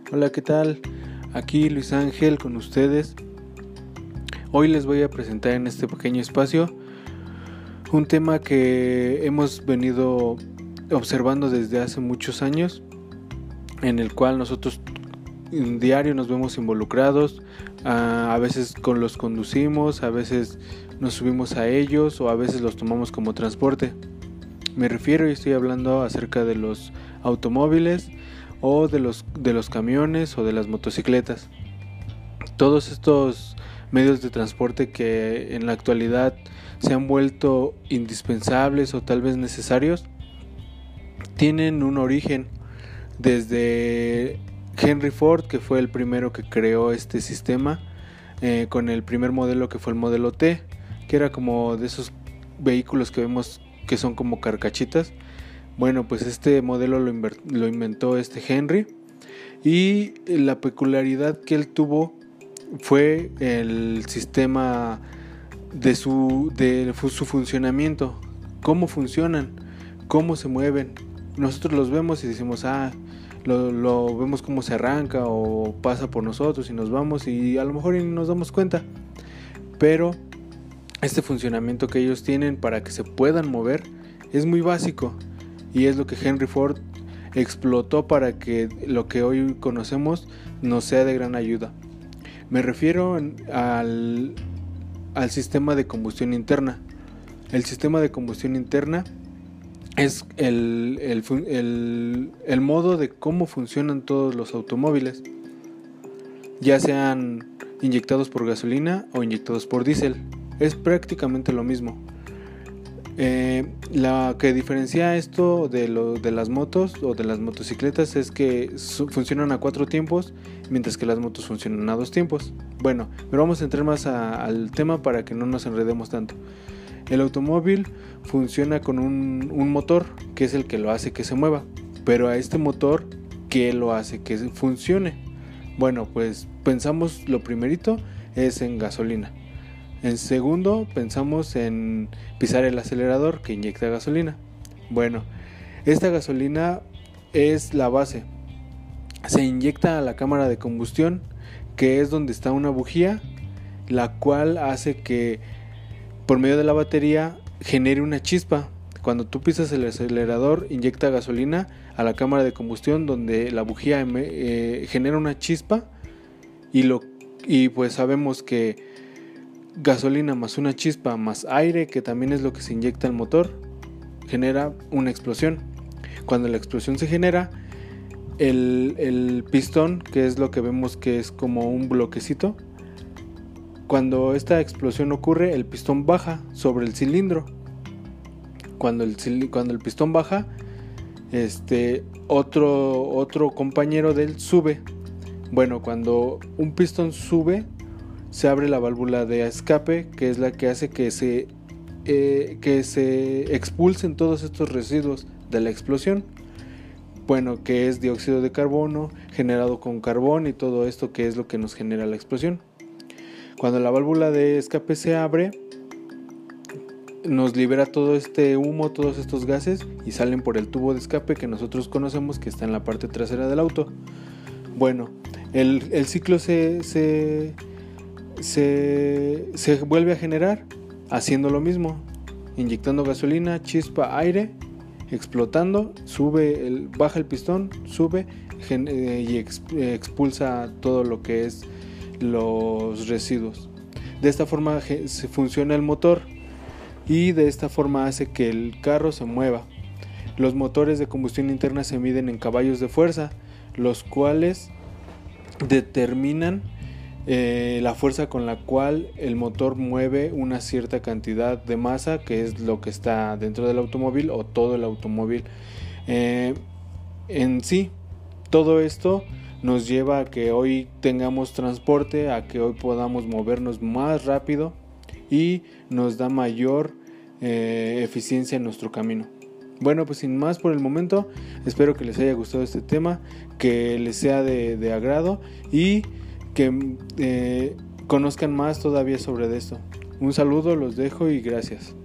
Hola, ¿qué tal? Aquí Luis Ángel con ustedes. Hoy les voy a presentar en este pequeño espacio un tema que hemos venido observando desde hace muchos años, en el cual nosotros en diario nos vemos involucrados, a veces los conducimos, a veces nos subimos a ellos o a veces los tomamos como transporte. Me refiero y estoy hablando acerca de los automóviles o de los camiones o de las motocicletas. Todos estos medios de transporte que en la actualidad se han vuelto indispensables o tal vez necesarios, tienen un origen desde Henry Ford, que fue el primero que creó este sistema, con el primer modelo que fue el modelo T, que era como de esos vehículos que vemos que son como carcachitas. Bueno, pues este modelo lo inventó este Henry, y la peculiaridad que él tuvo fue el sistema de su funcionamiento, cómo funcionan, cómo se mueven. Nosotros los vemos y decimos, lo vemos cómo se arranca o pasa por nosotros y nos vamos y a lo mejor ni nos damos cuenta. Pero este funcionamiento que ellos tienen para que se puedan mover es muy básico y es lo que Henry Ford explotó para que lo que hoy conocemos nos sea de gran ayuda. Me refiero al sistema de combustión interna. El sistema de combustión interna es el modo de cómo funcionan todos los automóviles, ya sean inyectados por gasolina o inyectados por diésel. Es prácticamente lo mismo. La que diferencia esto de las motos o de las motocicletas es que funcionan a 4 tiempos, mientras que las motos funcionan a 2 tiempos. Bueno, pero vamos a entrar más al tema para que no nos enredemos tanto. El automóvil funciona con un motor, que es el que lo hace que se mueva. Pero a este motor, ¿qué lo hace que funcione? Bueno, pues pensamos, lo primerito es en gasolina. En segundo, pensamos en pisar el acelerador que inyecta gasolina. Bueno, esta gasolina es la base. Se inyecta a la cámara de combustión, que es donde está una bujía, la cual hace que por medio de la batería genere una chispa. Cuando tú pisas el acelerador, inyecta gasolina a la cámara de combustión, donde la bujía genera una chispa, y pues sabemos que gasolina más una chispa más aire, que también es lo que se inyecta al motor, genera una explosión. Cuando la explosión se genera, el pistón, que es lo que vemos que es como un bloquecito, cuando esta explosión ocurre, el pistón baja sobre el cilindro. Cuando el pistón baja, otro compañero de él sube. Bueno, cuando un pistón sube, se abre la válvula de escape, que es la que hace que se expulsen todos estos residuos de la explosión. Bueno, que es dióxido de carbono generado con carbón y todo esto, que es lo que nos genera la explosión. Cuando la válvula de escape se abre, nos libera todo este humo, todos estos gases, y salen por el tubo de escape que nosotros conocemos, que está en la parte trasera del auto. Bueno, el ciclo se vuelve a generar haciendo lo mismo, inyectando gasolina, chispa, aire, explotando, baja el pistón, sube y expulsa todo lo que es los residuos. De esta forma se funciona el motor, y de esta forma hace que el carro se mueva. Los motores de combustión interna se miden en caballos de fuerza, los cuales determinan la fuerza con la cual el motor mueve una cierta cantidad de masa, que es lo que está dentro del automóvil o todo el automóvil. En sí, todo esto nos lleva a que hoy tengamos transporte, a que hoy podamos movernos más rápido y nos da mayor eficiencia en nuestro camino. Bueno, pues sin más por el momento, espero que les haya gustado este tema, que les sea de agrado y que conozcan más todavía sobre esto. Un saludo, los dejo y gracias.